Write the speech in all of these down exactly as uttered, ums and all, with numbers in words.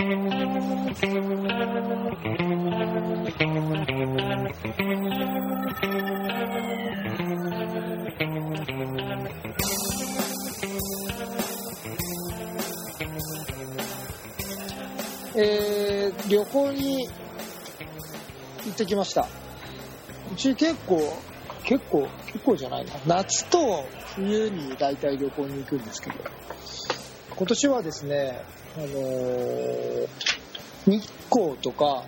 えー、旅行に行ってきました。うち結構結構結構じゃないな、夏と冬に大体旅行に行くんですけど、今年はですね、あのー、日光とか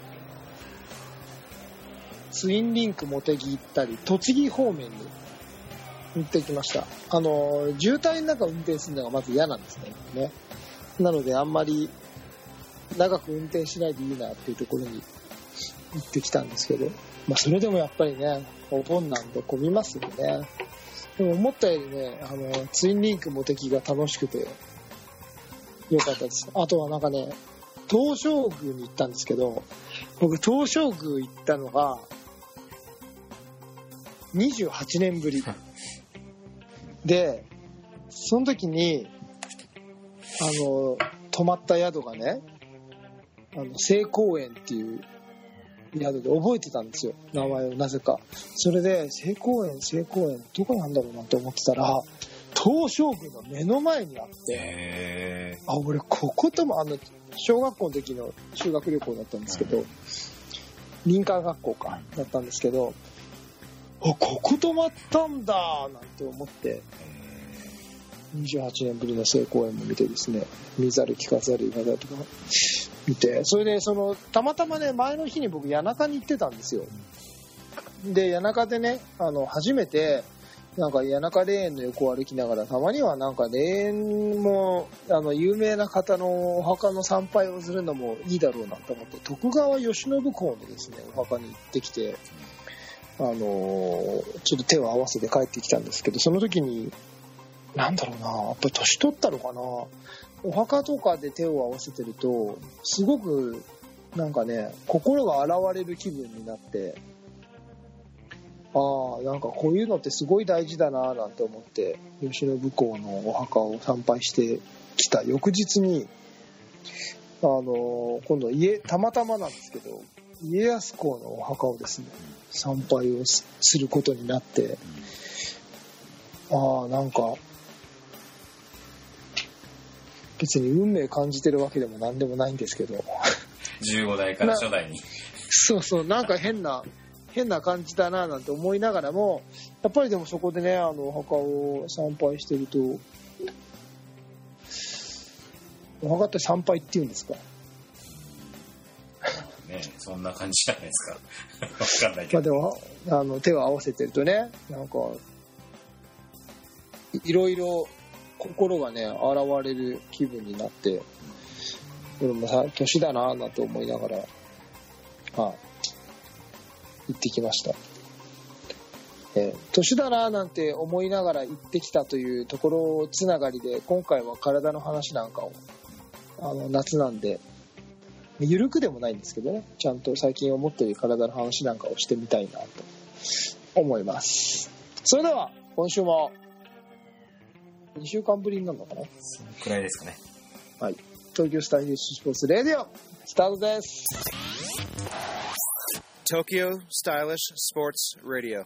ツインリンク茂木行ったり栃木方面に行ってきました。あのー、渋滞の中運転するのがまず嫌なんですね。なのであんまり長く運転しないでいいなっていうところに行ってきたんですけど、まあ、それでもやっぱりね、お盆なんで混みますよね。でも思ったよりね、あのツインリンク茂木が楽しくてよかったです。あとはなんかね、東照宮に行ったんですけど、僕東照宮行ったのがにじゅうはちねんぶりで、その時にあの泊まった宿がね、あの清光園っていう宿で覚えてたんですよ、名前をなぜか。それで清光園清光園どこなんだろうなと思ってたら、東照宮の目の前にあって、あ、俺こことも、あの小学校の時の修学旅行だったんですけど、林間学校かだったんですけど、あ、ここ泊まったんだなんて思って、にじゅうはちねんぶりの清光園も見てですね、見ざる聞かざる言わざるとか見て、それでそのたまたまね、前の日に僕谷中に行ってたんですよ。で谷中でね、あの初めてなんか谷中霊園の横を歩きながら、たまにはなんか霊園もあの有名な方のお墓の参拝をするのもいいだろうなと思って、徳川慶喜公のですねお墓に行ってきて、あのー、ちょっと手を合わせて帰ってきたんですけど、その時になんだろうな、やっぱり年取ったのかな、お墓とかで手を合わせてるとすごくなんかね、心が洗われる気分になって、ああ、なんかこういうのってすごい大事だななんて思って、慶喜公のお墓を参拝してきた翌日に、あの今度家たまたまなんですけど、家康公のお墓をですね参拝をすることになって、ああ、なんか別に運命感じてるわけでもなんでもないんですけど、 じゅうごだいから初代にそうそう、なんか変な変な感じだななんて思いながらも、やっぱりでもそこでね、あのお墓を参拝してると、お墓って参拝っていうんですかね、そんな感じじゃないですかわかんないけど、 まあ、でもあの手を合わせてるとね、なんかいろいろ心がね洗われる気分になって、俺もさ年だななんて思いながら、はい、行ってきました。えー、年だななんて思いながら行ってきたというところつながりで、今回は体の話なんかを、あの夏なんでゆるくでもないんですけどね、ちゃんと最近思っている体の話なんかをしてみたいなと思います。それでは今週もにしゅうかんぶりになるのかな、 そのくらいですかね。 はい、東京スタイリッシュスポーツレディオスタートです。 Tokyo Stylish Sports Radio。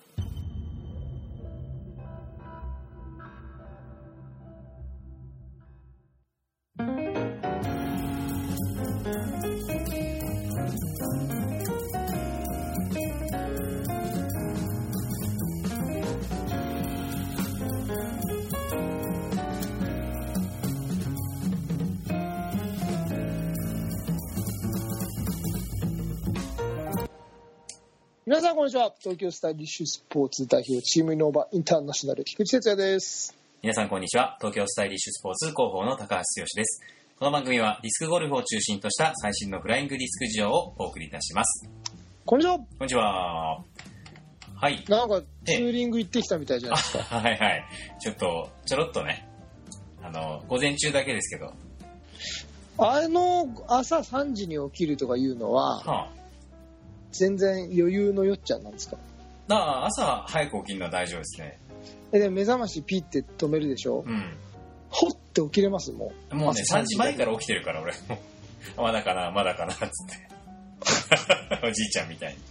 皆さんこんにちは。東京スタイリッシュスポーツ代表チームイノーバインターナショナル菊池哲也です。 皆さんこんにちは。東京スタイリッシュスポーツ広報の高橋剛です。この番組はディスクゴルフを中心とした最新のフライングディスク事情をお送りいたします。 こんにちは。 こんにちは。はい。 なんかツーリング行ってきたみたいじゃないですか。 はいはい。ちょっとちょろっとね、あの午前中だけですけど、 あの朝さんじに起きるとかいうのは、はあ、全然余裕のよっちゃんなんですか？ だから朝早く起きるのは大丈夫ですね。 えで目覚ましピッて止めるでしょ。うん。ほって起きれますもう。もうねさんじまえから起きてるから俺。 まだかなまだかなっつっておじいちゃんみたいに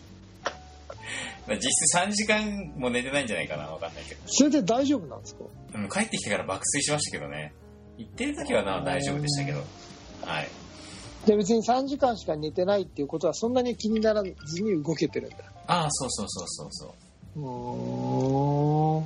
実質さんじかんも寝てないんじゃないかな、わかんないけど。 それで大丈夫なんですか？ うん、帰ってきてから爆睡しましたけどね。行ってる時はな大丈夫でしたけど。はい。で別にさんじかんしか寝てないっていうことはそんなに気にならずに動けてるんだ。 ああ、そうそうそうそうそう。うーん。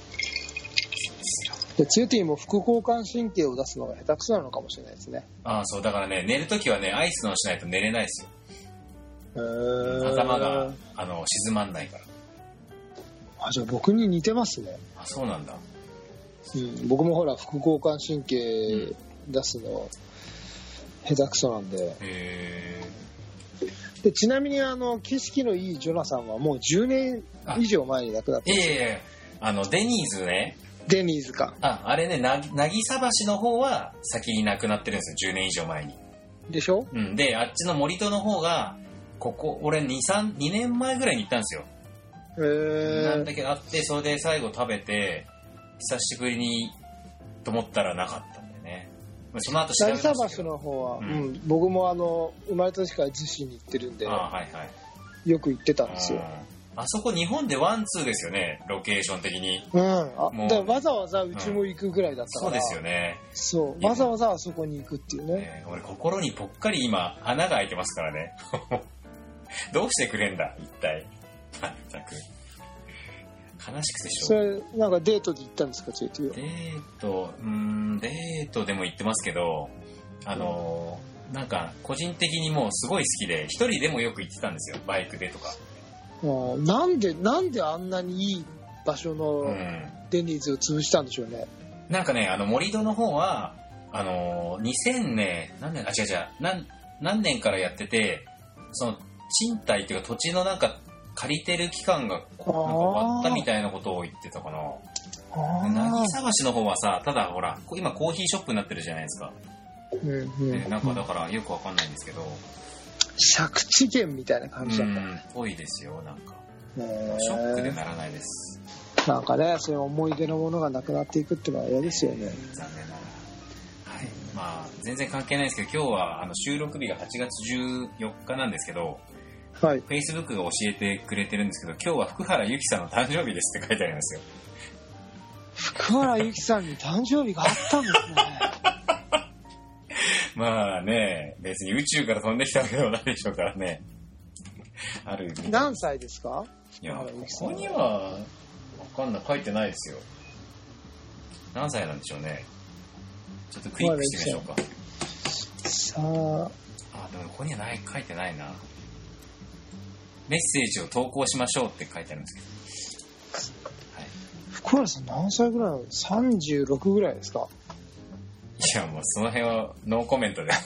で強い時も副交感神経を出すのが下手くそなのかもしれないですね。 ああ、そうだからね、寝る時はねアイスのしないと寝れないですよ。 へー。 頭があの静まんないから。 あ、じゃあ僕に似てますね。 あ、そうなんだ。 うん、僕もほら副交感神経出すの下手くそなんで。 へー。でちなみにあの景色のいいジョナサンはもうじゅうねん以上前に亡くなってます。 いやいやいや、あのデニーズね。 デニーズか。 あ、あれね、な渚橋の方は先に亡くなってるんですよ、じゅうねん以上前に。 でしょ？ うん。で、あっちの森戸の方が、ここ、俺に、さん、にねんまえぐらいに行ったんですよ。 へー。 なんだけどあって、それで最後食べて、久しぶりに、と思ったらなかったんだよね。その後調べましたけど。 渚橋の方は、 うんうん、僕もあの、生まれた時から逗子に行ってるんで、 あ、はいはい、 よく行ってたんですよ。 あそこ日本でワンツーですよね、ロケーション的に。 うん。あもうでわざわざうちも行くぐらいだったから、 うん、そうですよね。 そう。わざわざあそこに行くっていうね。 ね、俺心にぽっかり今穴が開いてますからね。どうしてくれんだ一体。まったく悲しくてしょう。 それなんかデートで行ったんですか？ちょいと。 デート、うーん、デートでも行ってますけど、あのー、なんか個人的にもうすごい好きで、一人でもよく行ってたんですよ、バイクでとか。 あ、なんでなんであんなにいい場所のデニーズを潰したんでしょうね。 うん、なんかね、あの森戸の方はあのー、にせんねん何年あ違う違う何何年からやってて、その賃貸っていうか土地のなんか借りてる期間がなんか終わったみたいなことを言ってたかな。渚橋の方はさ、ただほら今コーヒーショップになってるじゃないですか。 うんうん、 なんかだからよくわかんないんですけど、 借地権みたいな感じだった。 ぽいですよ。なんかショックでならないです。 なんかね、そういう思い出のものがなくなっていくっていうのは嫌ですよね。 残念ながら。はい。まあ全然関係ないですけど、今日はあの収録日がはちがつじゅうよっかなんですけど、はい。Facebook が教えてくれてるんですけど、今日は福原由紀さんの誕生日ですって書いてありますよ。 福原由紀さんに誕生日があったんですね。 まあね、別に宇宙から飛んできたわけではないでしょうからね。ある意味。 何歳ですか？ いや、ここにはわかんない、書いてないですよ。何歳なんでしょうね。ちょっとクリックしてみましょうか。 さあ、 あ、でもここにはない、書いてないな。メッセージを投稿しましょうって書いてあるんですけど。はい、 福原さん何歳ぐらいなの？さんじゅうろくぐらいですか？ いや、もうその辺はノーコメントで。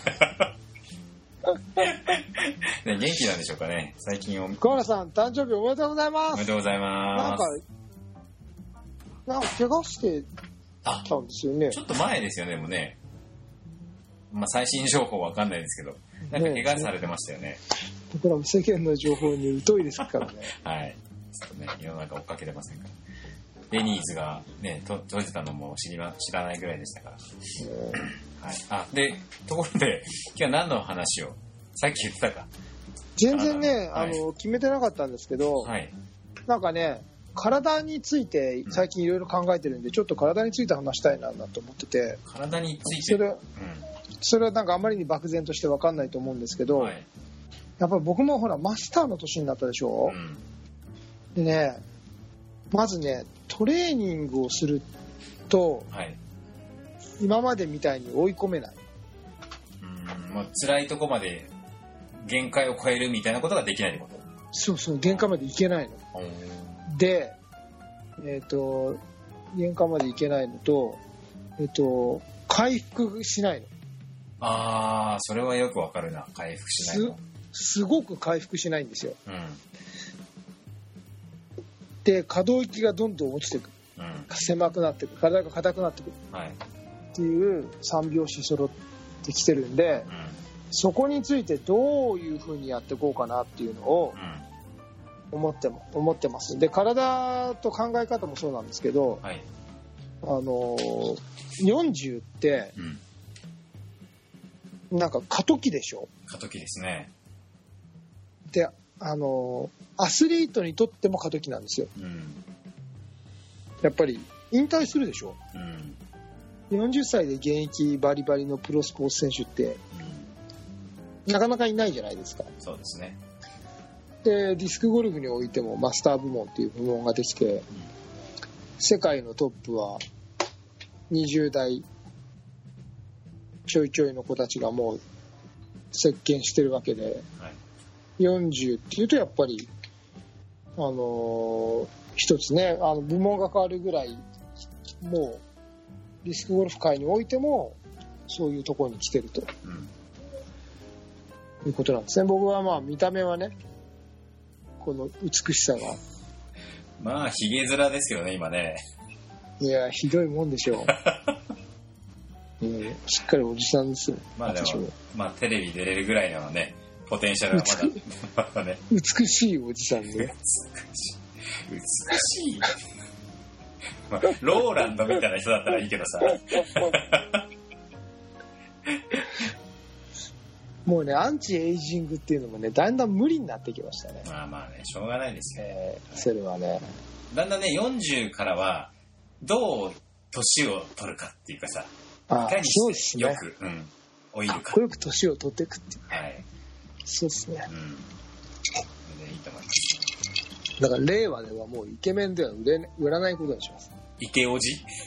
ね、元気なんでしょうかね、最近を。 福原さん、誕生日おめでとうございます。 おめでとうございます。 なんか、なんか怪我してたんですよね。 ちょっと前ですよね、もうね。まあ、最新情報わかんないですけど、なんか怪我されてましたよね。 僕らも世間の情報に疎いですからね。 はい。ちょっとね、世の中追っかけてませんから。デニーズがね、と閉じたのも知りま、知らないぐらいでしたから。はい。あ、で、ところで、今日は何の話をさっき言ってたか。 全然ね、あの、はい、決めてなかったんですけど、はい、なんかね、体について最近いろいろ考えてるんで、うん、ちょっと体について話したいなと思ってて。 体についてそれ、うん、それはなんかあまりに漠然として分かんないと思うんですけど、はい、やっぱり僕もほら、マスターの年になったでしょ、うん、でね、まずね、トレーニングをすると、はい、今までみたいに追い込めない。 うん、まあ、辛いとこまで限界を超えるみたいなことができないってこと？ そうそう、限界までいけないの。で、えっと、限界までいけないのと、えっと、回復しないの。 ああ、それはよくわかるな、回復しないの。 す、すごく回復しないんですよ。 うん。 で、可動域がどんどん落ちていく、うん、狭くなっていく、体が硬くなっていく、はい、っていう三拍子揃ってきてるんで、うん、そこについてどういう風にやっていこうかなっていうのを思っても、思ってます。で、体と考え方もそうなんですけど、はい、あのよんじゅうって、 なんか過渡期でしょ。 過渡期ですね。 で、あのアスリートにとっても過渡期なんですよ。 うん、 やっぱり引退するでしょ。 うん、 よんじゅっさいで現役バリバリのプロスポーツ選手って、うん、なかなかいないじゃないですか。 そうですね。 でディスクゴルフにおいてもマスター部門っていう部門ができて、うん、世界のトップはにじゅう代ちょいちょいの子たちがもう席巻してるわけで、はい、よんじゅうっていうとやっぱりあのー、一つね、あの部門が変わるぐらいもうディスクゴルフ界においてもそういうところに来てると、うん、いうことなんですね。僕はまあ見た目はね、この美しさがまあヒゲ面ですよね今ね。 いやひどいもんでしょう。うん、しっかりおじさんですよ。 まあでも、まあテレビ出れるぐらいのねポテンシャルがまだまだね。 美しいおじさんね。美しい。 美しい。まあローランドみたいな人だったらいいけどさ。 もうねアンチエイジングっていうのもねだんだん無理になってきましたね。 まあまあねしょうがないですよ。 えー、それはね。 だんだんねよんじゅうからはどう年を取るかっていうかさ。 あいかにしてよく、 ね、 うん、老いるか。 かっこよく年を取っていくっていう。 はい。 そうですね。 うん。それでいいと思います。 だから令和ではもうイケメンでは売れ売らないことにします。 イケオジ？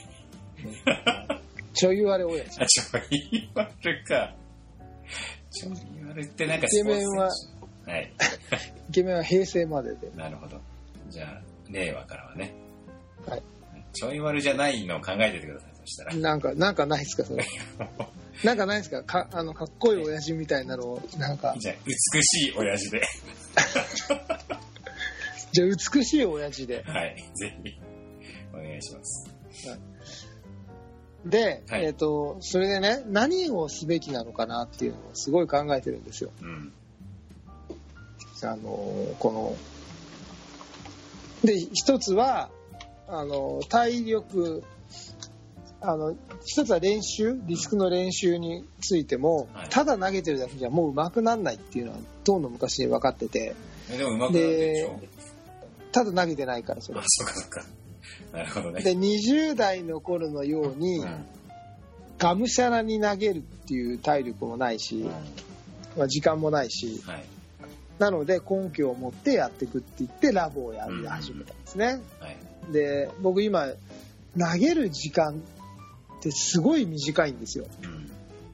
ちょい悪親父。 あ、ちょい悪か。ちょい悪ってなんかスポーツ選手。イケメンは、 はい。 イケメンは平成までで。 なるほど。じゃあ令和からはね。 はい。 ちょい悪じゃないのを考えててください。そしたら。 なんかなんかないですかそれ。なんかないですか。かあのかっこいい親父みたいなのをなんか。 じゃあ美しい親父で。 じゃあ美しい親父で。 はい。ぜひお願いします。はいで、はい、えっと、それでね、何をすべきなのかなっていうのをすごい考えてるんですよ。うん、あの、この、で、一つは、あの、体力、あの、一つは練習、ディスクの練習についても、はい、ただ投げてるだけじゃもう上手くなんないっていうのは、とうの昔に分かってて。 でも上手くなってるでしょ。 ただ投げてないから、それ。 あ、そうかそうか。なるほどね。 でにじゅう代の頃のように、うん、がむしゃらに投げるっていう体力もないし、うんまあ、時間もないし、はい、なので根拠を持ってやっていくって言ってラボをやり始めたんですね、うんはい、で僕今投げる時間ってすごい短いんですよ、うん、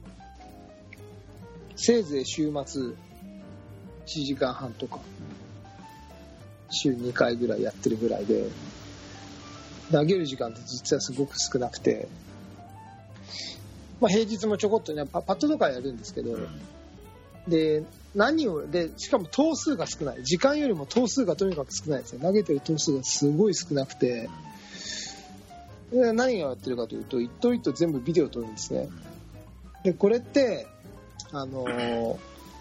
せいぜい週末いちじかんはんとか週にかいぐらいやってるぐらいで投げる時間って実はすごく少なくて、まあ、平日もちょこっとねパットとかやるんですけど、うん、で何をでしかも投数が少ない、時間よりも投数がとにかく少ないですね。投げてる投数がすごい少なくて、で何がやってるかというと一頭一頭全部ビデオを撮るんですね。でこれってあのー、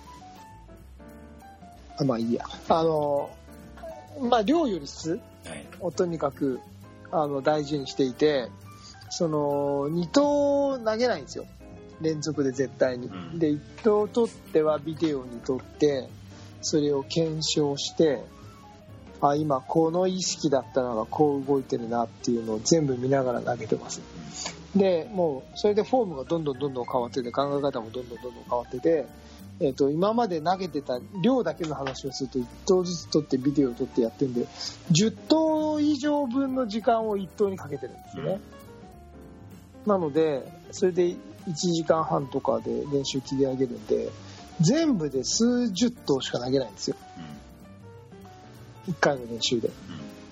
あまあいいやあのー、まあ量より質をとにかくあの大事にしていて、そのに投投げないんですよ連続で絶対に、うん、でいち投取ってはビデオに撮ってそれを検証して、あ今この意識だったのがこう動いてるなっていうのを全部見ながら投げてます。でもうそれでフォームがどんどんどんどん変わってて考え方もどんどんどんどん変わってて、えー、と今まで投げてた量だけの話をするといち投ずつ取ってビデオを撮ってやってるんでじゅっ投以上分の時間をいち投にかけてるんですよね、うん、なのでそれでいちじかんはんとかで練習切り上げるんで全部で数十投しか投げないんですよ、うん、いっかいの練習で、うん、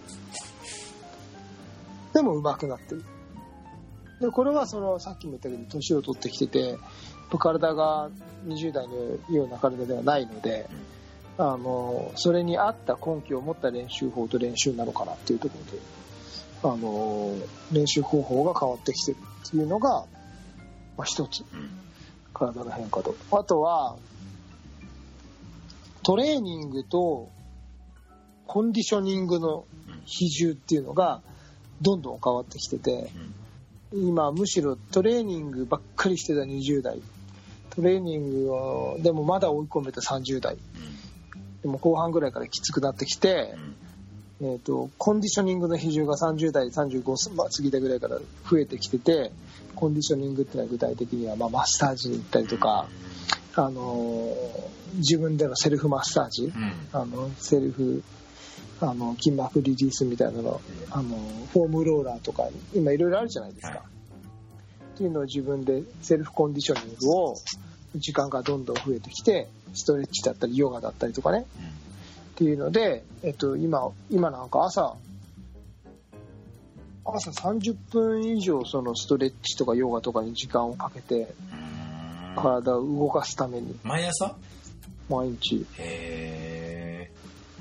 でも上手くなってる。でこれはそのさっきも言ったけど年を取ってきてて体がにじゅう代のような体ではないので、あのそれに合った根拠を持った練習法と練習なのかなっていうところで、あの練習方法が変わってきてるっていうのが、まあ、一つ体の変化と、あとはトレーニングとコンディショニングの比重っていうのがどんどん変わってきてて、今むしろトレーニングばっかりしてたにじゅう代トレーニングをでもまだ追い込めてさんじゅう代、でも後半ぐらいからきつくなってきて、えー、とコンディショニングの比重がさんじゅう代さんじゅうご過ぎたぐらいから増えてきてて、コンディショニングっていうのは具体的にはまあマッサージに行ったりとか、あのー、自分でのセルフマッサージ、あのセルフあの筋膜リリースみたいなの、あのフォームローラーとか今いろいろあるじゃないですか、はい、っていうのを自分でセルフコンディショニングを時間がどんどん増えてきて、ストレッチだったりヨガだったりとかね、うん、っていうので、えっと、今今なんか朝朝さんじゅっぷん以上そのストレッチとかヨガとかに時間をかけて体を動かすために毎朝毎日。 へ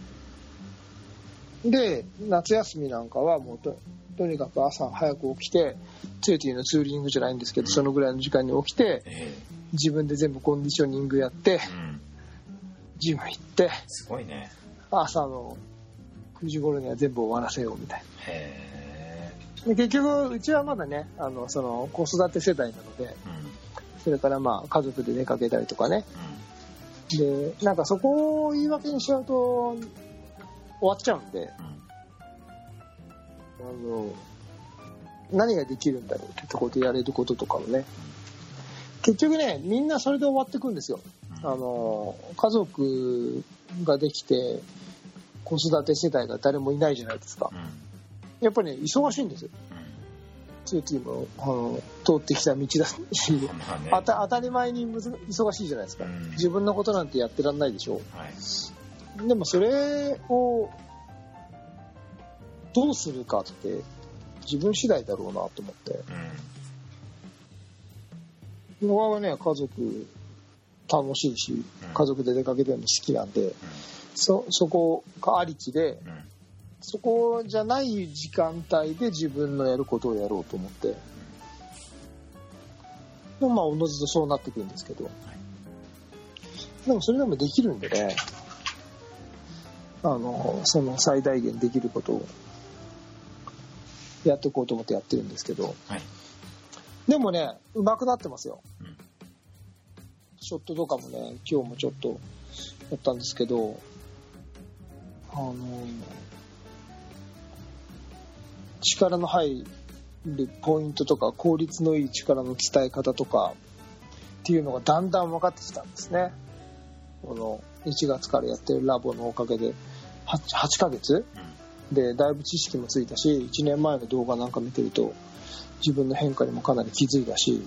ー。で夏休みなんかはもう と, とにかく朝早く起きて、ツーティーのツーリングじゃないんですけど、そのぐらいの時間に起きて自分で全部コンディショニングやって、うん、ジム行って、 すごいね、 朝のくじ頃には全部終わらせようみたいな。 へー。で結局うちはまだね、あのその子育て世代なので、うん、それからまあ家族で出かけたりとかね、うん、でなんかそこを言い訳にしちゃうと終わっちゃうんで、うん、あの何ができるんだろうってところでやれることとかもね、結局ねみんなそれで終わってくんですよ。あの家族ができて子育て世代が誰もいないじゃないですか。やっぱり、ね、忙しいんですよ。ツーティーもあの通ってきた道だし、まあね、あた当たり前にむず忙しいじゃないですか。自分のことなんてやってらんないでしょ、はい、でもそれをどうするかって自分次第だろうなと思って、うん、僕はね家族楽しいし家族で出かけてるの好きなんで、うん、そ, そこがありきで、うん、そこじゃない時間帯で自分のやることをやろうと思って、でもまあおのずとそうなってくるんですけど、はい、でもそれでもできるんでね、あのその最大限できることをやっていこうと思ってやってるんですけど、はい、でもね上手くなってますよ、うん、ショットとかもね今日もちょっとやったんですけど、あの力の入るポイントとか効率のいい力の伝え方とかっていうのがだんだん分かってきたんですね。このいちがつからやってるラボのおかげで 8, はちかげつでだいぶ知識もついたし、いちねんまえの動画なんか見てると自分の変化にもかなり気づいたし、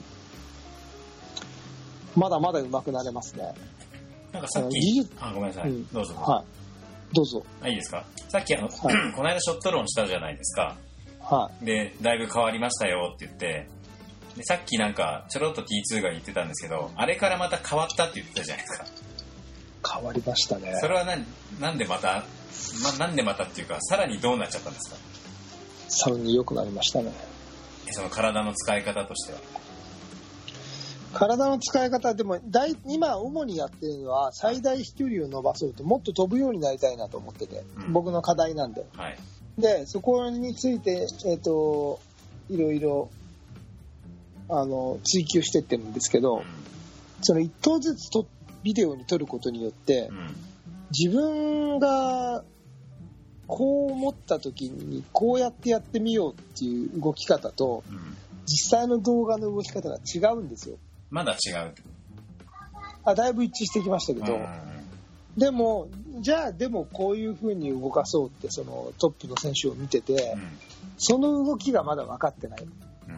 まだまだ上手くなれますね。 なんかさっきあごめんなさい、うん、どうぞ、 はい、どうぞ。 あいいですか。さっきあの、はい、この間ショット論したじゃないですか。 はい。 でだいぶ変わりましたよって言って、でさっきなんかちょろっと ティーツー が言ってたんですけど、あれからまた変わったって言ってたじゃないですか。 変わりましたね。 それは何なんでまた、ま、なんでまたっていうかさらにどうなっちゃったんですか。 さらに良くなりましたね。 その体の使い方としては。 体の使い方でも大今主にやってるのは最大飛距離を伸ばそうと、もっと飛ぶようになりたいなと思ってて、うん、僕の課題なんで、はい、でそこについて、えーと、いろいろあの追求してってるんですけど、うん、その一投ずつとビデオに撮ることによって、うん、自分がこう思った時にこうやってやってみようっていう動き方と、うん、実際の動画の動き方が違うんですよ。 まだ違う。 あ、だいぶ一致してきましたけど、うん、でもじゃあでもこういう風に動かそうってそのトップの選手を見てて、うん、その動きがまだ分かってない、うん、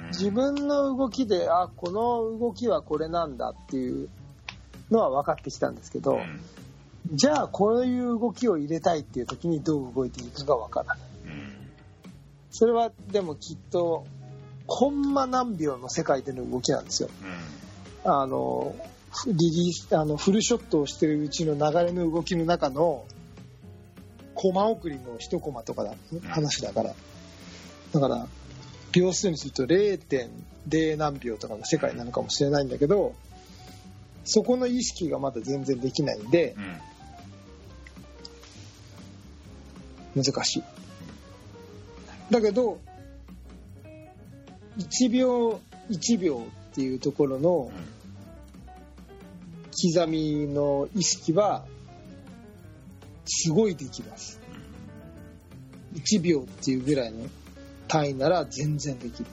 自分の動きであこの動きはこれなんだっていうのは分かってきたんですけど、うん、じゃあこういう動きを入れたいっていう時にどう動いていくかが分からない、うん、それはでもきっとコンマ何秒の世界での動きなんですよ、うん、あのリリースあのフルショットをしてるうちの流れの動きの中のコマ送りの一コマとかだ話だからだから秒数にすると れいてんれい 何秒とかの世界なのかもしれないんだけど、そこの意識がまだ全然できないんで、うん、難しい。だけどいちびょういちびょうっていうところのき刻みの意識はすごいできます。いちびょうっていうぐらいの単位なら全然できる。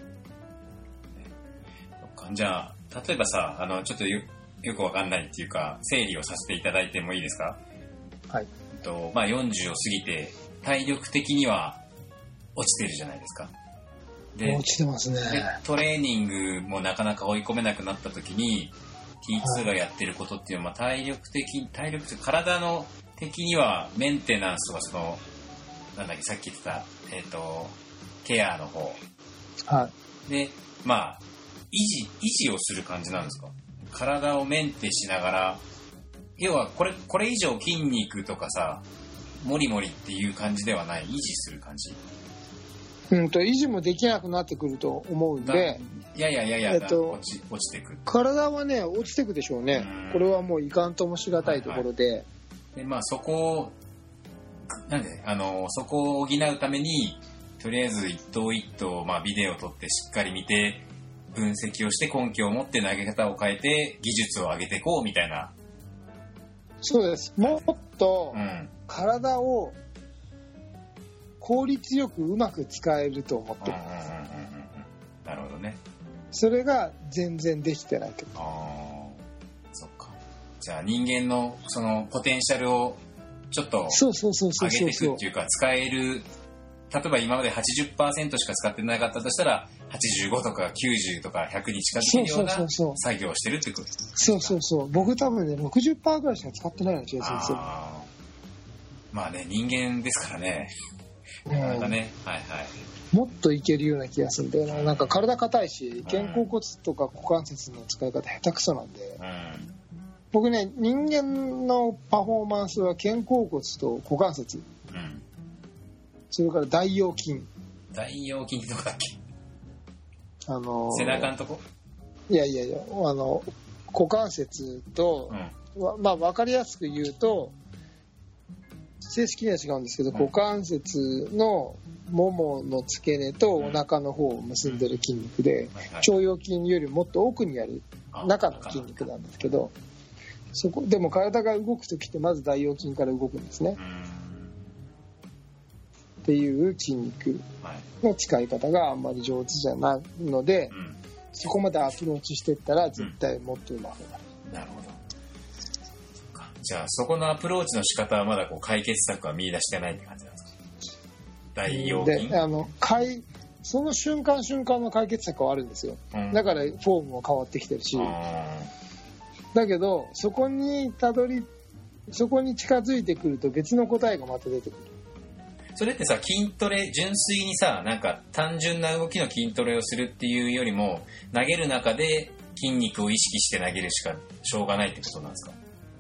じゃあ例えばさ、あのちょっと よ, よくわかんないっていうか整理をさせていただいてもいいですか？ はい。 とまあ、よんじゅうを過ぎて体力的には落ちてるじゃないですか。で落ちてますね。 でトレーニングもなかなか追い込めなくなった時に ティーツー がやってることっていうのは、まあ、体力的体力的体の的にはメンテナンスとかそのなんだっけさっき言ってた、えー、とケアの方、 はい、 でまあ維持維持をする感じなんですか？体をメンテしながら、要はこれこれ以上筋肉とかさモリモリっていう感じではない、維持する感じ？ うんと維持もできなくなってくると思うんで、 いやいやいやいや、 えっと、 落ち落ちてくる。 体はね落ちてくでしょうね。うこれはもういかんともしがたいところで、はいはい、 でまあそこをなんであのそこを補うためにとりあえず一頭一頭、まあ、ビデオを撮ってしっかり見て分析をして根拠を持って投げ方を変えて技術を上げていこうみたいな。 そうです。もっと体を効率よくうまく使えると思ってる。 なるほどね。 それが全然できてないけど。 ああ、そっか。じゃあ人間のそのポテンシャルをちょっと上げていくっていうか、使える、例えば今まで はちじゅっパーセント しか使ってなかったとしたらはちじゅうごとかきゅうじゅうとかひゃくに近づけるような作業をしてるってこと。 そうそうそう。僕多分ね ろくじゅっパーセント ぐらいしか使ってないような気がするんですよ。 あまあね、人間ですからね。なかなかね、はいはい。 もっといけるような気がするんだよな。なんか体硬いし、肩甲骨とか股関節の使い方下手くそなんで、うん、僕ね、人間のパフォーマンスは肩甲骨と股関節、うん、それから大腰筋。 大腰筋ってどこだっけ？ あのー、 背中のとこ？ いやいやいや、あの股関節と、うん、まあ分かりやすく言うと、正式には違うんですけど、うん、股関節のももの付け根とお腹の方を結んでる筋肉で、腸腰筋よりもっと奥にある中の筋肉なんですけど、そこでも体が動くときってまず大腰筋から動くんですね。っていう筋肉の使い方があんまり上手じゃないので、そこまでアプローチしていったら絶対もっとうまくなる。 なるほど。じゃあそこのアプローチの仕方はまだこう解決策は見出してないって感じなんですか？大腰筋で、あの解その瞬間瞬間の解決策はあるんですよ、うん、だからフォームも変わってきてるし、だけどそこにたどりそこに近づいてくると別の答えがまた出てくる。 それってさ、筋トレ純粋にさ、なんか単純な動きの筋トレをするっていうよりも投げる中で筋肉を意識して投げるしかしょうがないってことなんですか？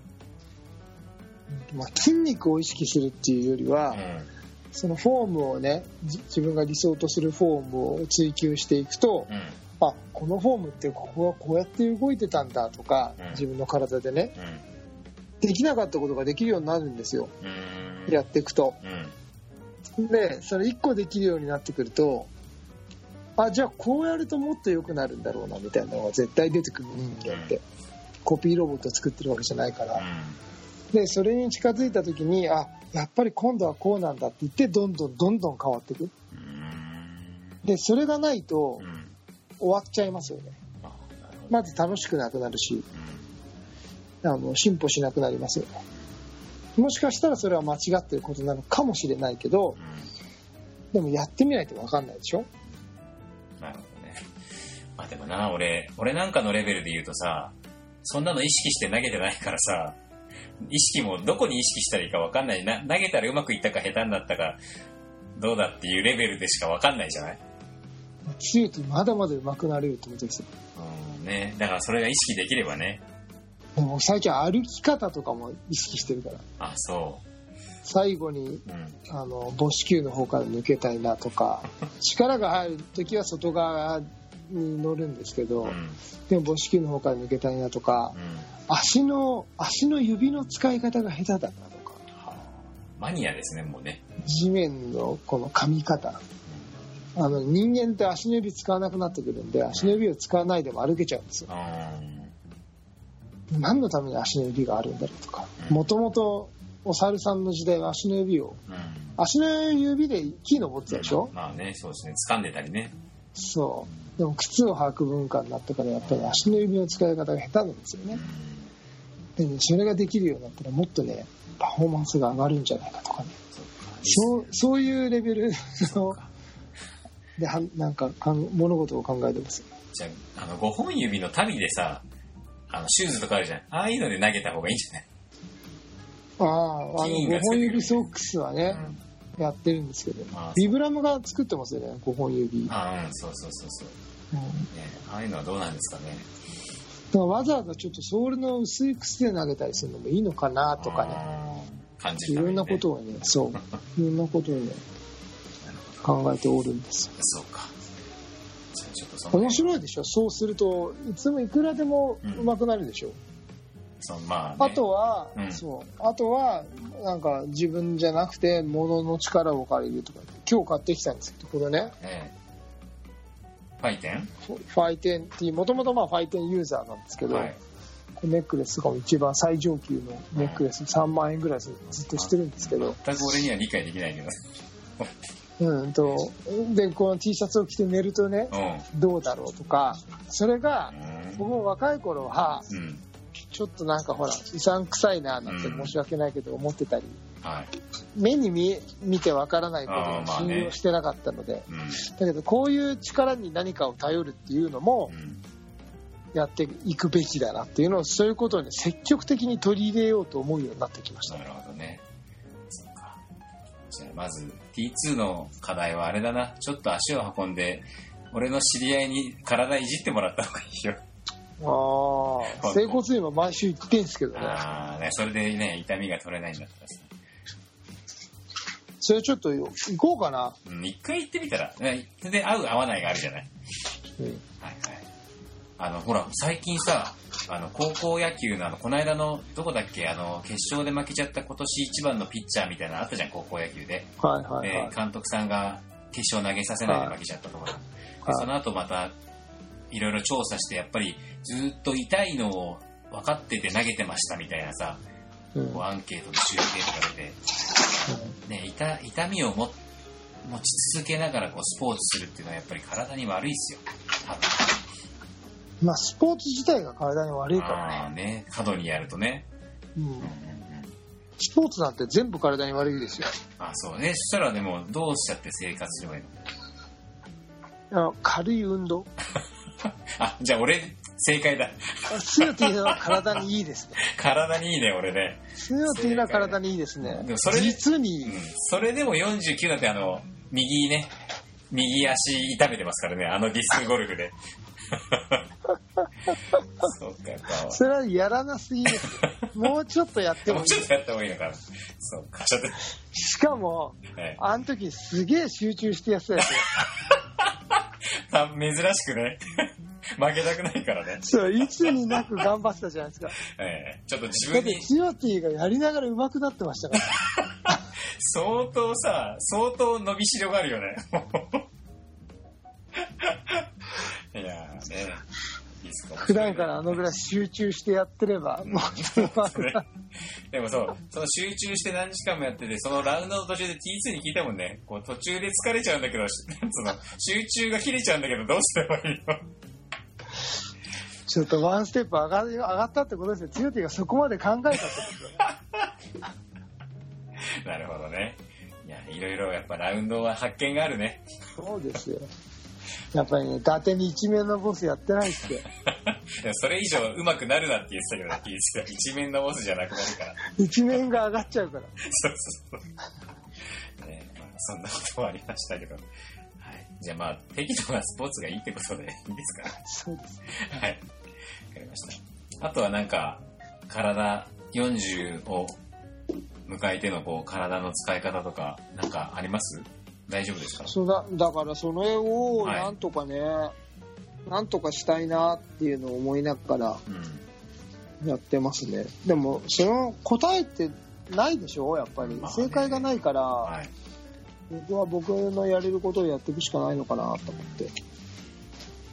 まあ、筋肉を意識するっていうよりは、うん、そのフォームをね、自分が理想とするフォームを追求していくと、うん、あ、このフォームってここはこうやって動いてたんだとか、うん、自分の体でね、うん、できなかったことができるようになるんですよ、うん、やっていくと、うん、でそれいっこできるようになってくると、あ、じゃあこうやるともっと良くなるんだろうなみたいなのが絶対出てくる人間って、うん、コピーロボットを作ってるわけじゃないから、うん、でそれに近づいた時に、あ、やっぱり今度はこうなんだって言ってどんどんどんどん変わっていく。でそれがないと終わっちゃいますよね。まず楽しくなくなるし、あの進歩しなくなりますよね。もしかしたらそれは間違ってることなのかもしれないけど、でもやってみないと分かんないでしょ。 なるほどね。まあでもな、俺俺なんかのレベルで言うとさ、そんなの意識して投げてないからさ、意識もどこに意識したらいいか分かんないな。投げたらうまくいったか下手になったかどうだっていうレベルでしか分かんないじゃない。 強いとまだまだ上手くなれるってことですよ。 うんね、だからそれが意識できればね。 でも最近歩き方とかも意識してるから。 あ、そう。 最後に、うん、あの母子球の方から抜けたいなとか力が入るときは外側に乗るんですけど、うん、でも母子球の方から抜けたいなとか、うん、足の足の指の使い方が下手だなとか、はあ、 マニアですね、もうね。 地面のこの噛み方、うん、あの人間って足の指使わなくなってくるんで、足の指を使わないでも歩けちゃうんですよ、 何のために足の指があるんだろうとか、もともとお猿さんの時代は足の指を、うん、足の指で木登ってたでしょ、 うん、まあね、そうですね、掴んでたりね。 そうでも靴を履く文化になってからやっぱり足の指の使い方が下手なんですよね、うん、でね、それができるようになったらもっとねパフォーマンスが上がるんじゃないかとかね、そう、そういうレベルのではなんかかん物事を考えてますよ。 じゃあ、あのごほん指の足袋でさ、あのシューズとかあるじゃん、ああいうので投げた方がいいんじゃない？ ああ、あのごほん指ソックスはね、うん、やってるんですけど、ビブラムが作ってますよね、ごほん指。 ああ、うん、そうそうそうそう、うんね、ああいうのはどうなんですかね。 だからわざわざちょっとソールの薄い靴で投げたりするのもいいのかなとかね、 感じるためにね、 いろんなことをね、そういろんなことをね考えておるんですよ。 そうか。じゃあちょっとその面白いでしょ。そうするといつもいくらでも上手くなるでしょ、うん、 そまあね、 あとは、 うん、 そうあとはなんか自分じゃなくて物の力を借りるとか、今日買ってきたんですけど、これね、 ええ、ファイテンファイテンっていう、もともとまあファイテンユーザーなんですけど、はい、ネックレスとかも一番最上級のネックレスさんまんえんぐらいずっとしてるんですけど、 全く俺には理解できないけどうんとでこの T シャツを着て寝るとね、うん、どうだろうとか、それが、うん、僕も若い頃は、うん、ちょっとなんかほらうさんくさいななんて申し訳ないけど思ってたり、うんはい、目に 見, 見てわからないことを信用してなかったので、まあね、うん、だけどこういう力に何かを頼るっていうのも、うんやっていくべきだなっていうのを、そういうことをね積極的に取り入れようと思うようになってきました。 なるほどね。そうか。じゃあまず ティーツー の課題はあれだな、ちょっと足を運んで俺の知り合いに体いじってもらった方がいいよ。 ああ、整骨院は毎週行ってんすけどね。 ああね、それでね痛みが取れないんだったらさ、 それちょっと行こうかな。 うん、一回行ってみたら、ね、で合う合わないがあるじゃない。うん、はいはい。あのほら最近さ、あの高校野球のあのこの間のどこだっけ、あの決勝で負けちゃった今年一番のピッチャーみたいなのあったじゃん、高校野球で、 はいはいはい、 で監督さんが決勝投げさせないで負けちゃったところ、はい、でその後またいろいろ調査して、やっぱりずっと痛いのを分かってて投げてましたみたいなさ、うん、こうアンケートで集計とか出て、うんね、痛, 痛みをも持ち続けながらこうスポーツするっていうのはやっぱり体に悪いですよ、多分。 まあ、スポーツ自体が体に悪いからね。 あね、過度にやるとね、うんうんうん、 スポーツなんて全部体に悪いですよ。 あ、そうね。そしたらでもどうしちゃって生活すればいいの？あ、軽い運動あ、じゃあ俺正解だ。 強いっていうのは体にいいですね。 体にいいね、俺ね。 強いっていうのは体にいいですね。 でもそれ実に、 うん、それでもよんじゅうきゅうだってあの右ね、右足痛めてますからね、あのディスクゴルフで。そうか、やっぱそれはやらなすぎですよ。もうちょっとやってもいい。 もうちょっとやった方がいいのかな。そうか、ちょっと。 しかも、はい、あの時すげえ集中してやってたやつよ。 珍しくね。負けたくないからね。 そう、いつになく頑張ってたじゃないですか。 ええ、ちょっと自分に。 だってチヨティがやりながら上手くなってましたから。 相当さ、相当伸びしろがあるよね。いやーね。 普段からあのぐらい集中してやってれば、もう、ね、 でもそう、その集中して何時間もやってて、そのラウンドの途中で ティーツー に聞いたもんね。こう途中で疲れちゃうんだけど、その集中が切れちゃうんだけど、どうすればいいの？ ちょっとワンステップ上が上がったってことですよ。チヨティがそこまで考えたってことだよ。 なるほどね。いや、いろいろやっぱラウンドは発見があるね。 そうですよ。やっぱりね、伊達に一面のボスやってないって。 それ以上上手くなるなって言ってたけど、一面のボスじゃなくなるから。 一面が上がっちゃうから。 そうそうそう。ね、まあ、そんなこともありましたけど。はい。じゃあまあ、適度なスポーツがいいってことでいいですか？ そうです。 はい。わかりました。あとはなんか、体よんじゅうを迎えてのこう体の使い方とか、なんかあります？大丈夫ですか？ そうだ、だからそれをなんとかね、はい、なんとかしたいなっていうのを思いながらやってますね、うん、でもその答えってないでしょ、やっぱり、まあね、正解がないから、はい、僕は僕のやれることをやっていくしかないのかなと思って。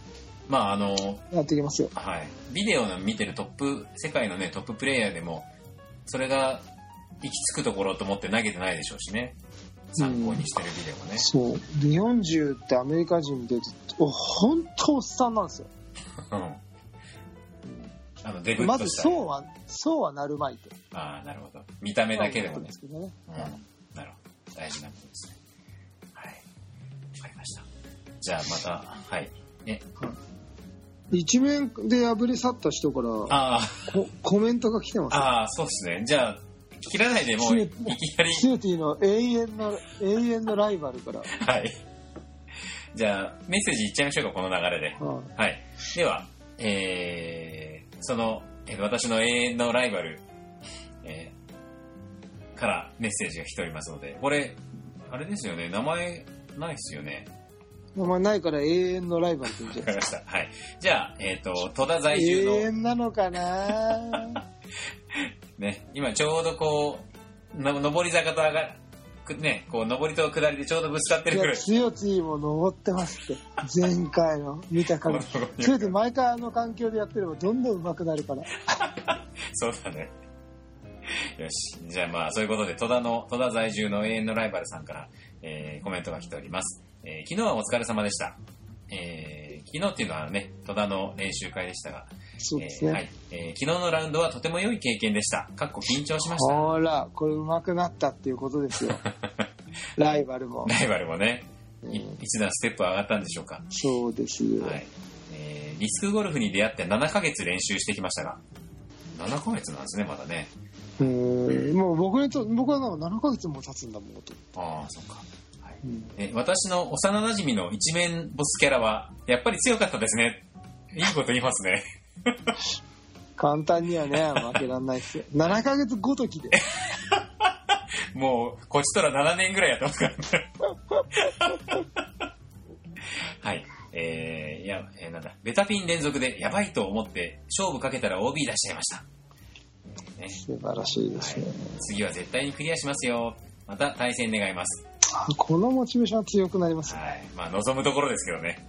まああのやっていきますよ。 はい、ビデオの見てるトップ世界のねトッププレイヤーでもそれが行き着くところと思って投げてないでしょうしね、参考にしてるビデオもね、 うん、そう日本中ってアメリカ人見てると本当おっさんなんですよ。 うんあのデブッまずとしたそうはそうはなるまいと。 ああなるほど、見た目だけでもね、 ですけどね、 うん、なるほど、大事なことですね。はい、わかりました。じゃあまたはいね、 一面で破り去った人からあココメントが来てます。 ああそうですね。じゃあ切らないでもういきなりシューティーの永遠の永遠のライバルからはいじゃあメッセージいっちゃいましょうか、この流れで。 ははい、ではえー、その、えー、私の永遠のライバル、えー、からメッセージが来ておりますので、これあれですよね、名前ないですよね。 名前ないから永遠のライバルって言うんじゃないですか。 わかりました。はい。じゃあ、えっ、ー、と、戸田在住の。 永遠なのかなね、今ちょうどこう、の上り坂と上がくね、こう上りと下りでちょうどぶつかってるくらい。 つよついも登ってますって。前回の見た感じ。それで毎回あの環境でやってればどんどん上手くなるから。 そうだね。よし。じゃあまあそういうことで、戸田の、戸田在住の永遠のライバルさんから、えー、コメントが来ております。えー、昨日はお疲れ様でした。えー、昨日っていうのはね、戸田の練習会でしたが、 そうですね。 えーはいえー、昨日のラウンドはとても良い経験でした。かっこ緊張しました。 ほら、これ上手くなったっていうことですよ。ライバルも。 ライバルもね、 うん、 一段ステップ上がったんでしょうか。 そうですよ。 はいえー。リスクゴルフに出会ってななかげつ練習してきましたが、ななかげつなんですね、まだね。 うーん、もう僕にと、僕はなんかななかげつも経つんだもんと。 ああ、そっか。はいうん、 え私の幼馴染の一面ボスキャラはやっぱり強かったですね。いいこと言いますね。 簡単にはね負けらんないですよ。ななかげつごときで。 もうこっちとらななねんぐらいやってますからね。はい。えー、いや、えー、なんだベタピン連続でやばいと思って勝負かけたら オービー 出しちゃいました。 ね、素晴らしいですね、はい。 次は絶対にクリアしますよ。また対戦願います。 このモチベーションは強くなります、ね。 はい。まあ望むところですけどね。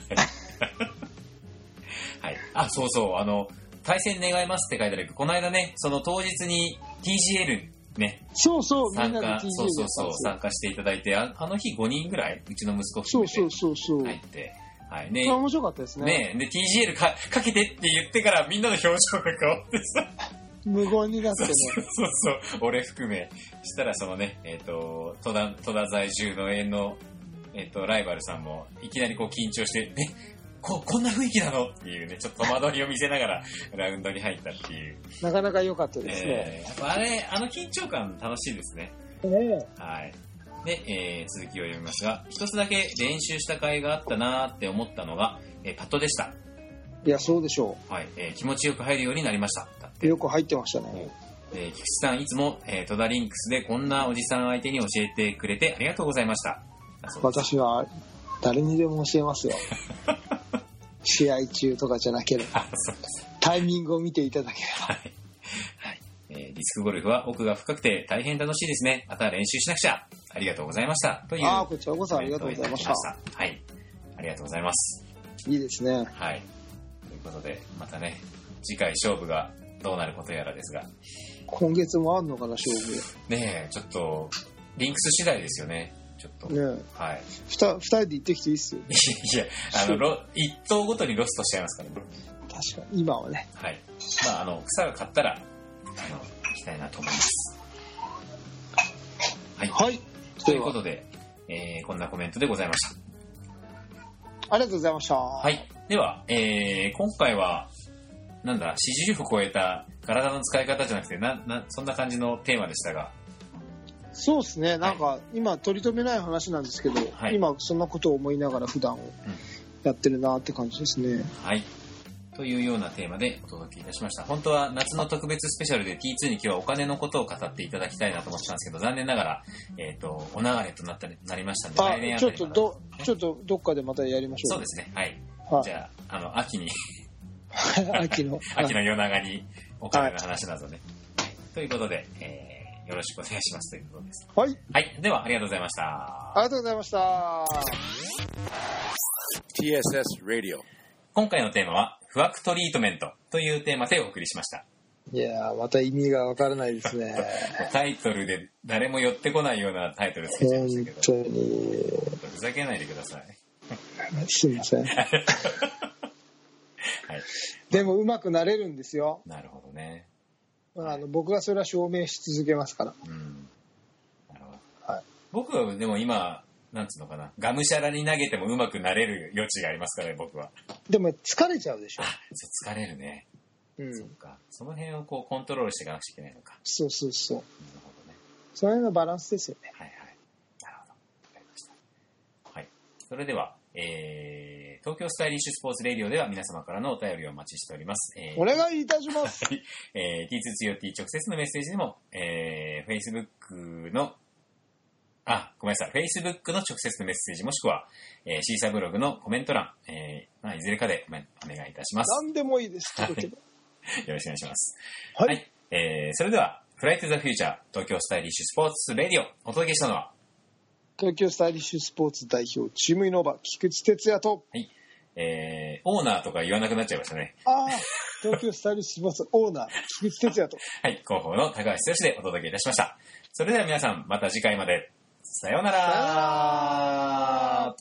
はい。あ、そうそう。あの対戦願いますって書いてあるけど、この間ね、その当日に ティージーエル ね。 そうそう。 参加、 みんなで ティージーエルそうそうそう参加していただいて、あ, あの日ごにんぐらいうちの息子含めてそうそうそうそう入って。はい。ね。 面白かったですね。 ねで ティージーエル か, かけてって言ってからみんなの表情が変わってさ。 無言になってね。 そうそうそう、俺含め。したらそのね、えっ、ー、と、戸田、戸田在住の永遠の、えっ、ー、と、ライバルさんも、いきなりこう緊張して、え、こ、こんな雰囲気なのっていうね、ちょっと戸惑いを見せながら、ラウンドに入ったっていう。 なかなか良かったですね。 えー、あれ、あの緊張感楽しいですね。 ねはい。で、えー、続きを読みますが、一つだけ練習した甲斐があったなーって思ったのが、えー、パットでした。 いや、そうでしょう。はい、えー。気持ちよく入るようになりました。 よく入ってましたね。 えー、菊池さんいつも、えー、戸田リンクスでこんなおじさん相手に教えてくれてありがとうございました。 私は誰にでも教えますよ。試合中とかじゃなければ。タイミングを見ていただければ。 はいはいえー、ディスクゴルフは奥が深くて大変楽しいですね。また練習しなくちゃ。ありがとうございました。という。 ああ、こちらこそありがとうございました。 はい。ありがとうございます。 いいですね。 はい。ということで、またね、次回勝負がどうなることやらですが。 今月もあんのかな、勝負。 ねえ、ちょっと、リンクス次第ですよね。ちょっと。ねえ。はい。 ふた、二人で行ってきていいっすよ。 いや、あの、ロ、一頭ごとにロストしちゃいますからね。 確かに、今はね。 はい。まあ、あの、草が買ったら、あの、行きたいなと思います。はい。 はい。 ということで、えー、こんなコメントでございました。 ありがとうございました。 はい。では、えー、今回は、なんだ、四十を超えた体の使い方じゃなくて、な、な、そんな感じのテーマでしたが。 そうですね。なんか、はい、今、取り留めない話なんですけど、はい、今、そんなことを思いながら普段をやってるなって感じですね。うん、 はい。というようなテーマでお届けいたしました。本当は夏の特別スペシャルで ティーツー に今日はお金のことを語っていただきたいなと思ってたんですけど、残念ながら、えっ、ー、と、お流れとなったり、なりましたので、 来年あたりちょっとど、ちょっとどっかでまたやりましょう。 そうですね。はい。はい、じゃあ、あの、秋に。 秋の。 秋の夜長にお金の話などね。はい、ということで、えー、よろしくお願いしますということです。 はい。 はい。では、ありがとうございました。 ありがとうございました。 ティーエスエス Radio。 今回のテーマは不惑トリートメントというテーマでお送りしました。 いやーまた意味がわからないですね。 タイトルで誰も寄ってこないようなタイトルつけちゃいましたけど、 本当にふざけないでください。 すいません。 はい、 でも上手くなれるんですよ。 なるほどね。 あの僕がそれは証明し続けますから。 うん。なるほど。 はい、 僕はでも今なんつうのかな、がむしゃらに投げても上手くなれる余地がありますからね、僕は。 でも疲れちゃうでしょ。 あ、そう疲れるね。 うん、 そっか。その辺をこうコントロールしていかなくちゃいけないのか。 そうそうそう。 なるほどね。 その辺のバランスですよね。 はいはい。なるほど。わかりました。はい。それでは、えー、東京スタイリッシュスポーツレディオでは皆様からのお便りをお待ちしております。えー、 お願いいたします。 えー、ティーツーツーオーティー 直接のメッセージでも、えー、Facebook のあ、ごめんなさい。Facebook の直接のメッセージもしくは、えー、シーサーブログのコメント欄、えーまあ、いずれかでお願いいたします。 何でもいいです。 よろしくお願いします。 はい。 はい、えー、それでは、フライトゥザフューチャー東京スタイリッシュスポーツレディオお届けしたのは、 東京スタイリッシュスポーツ代表チームイノーバ菊池哲也と、 はい、えー、オーナーとか言わなくなっちゃいましたね。 ああ、東京スタイリッシュスポーツオーナー菊池哲也と、 はい、広報の高橋剛でお届けいたしました。それでは皆さん、また次回まで。さようなら。さようなら。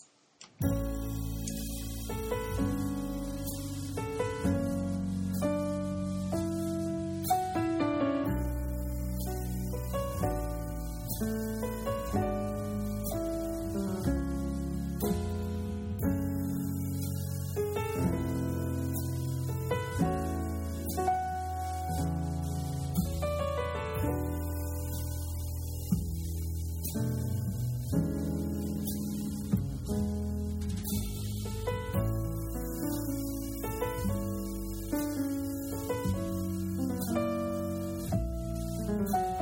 うん。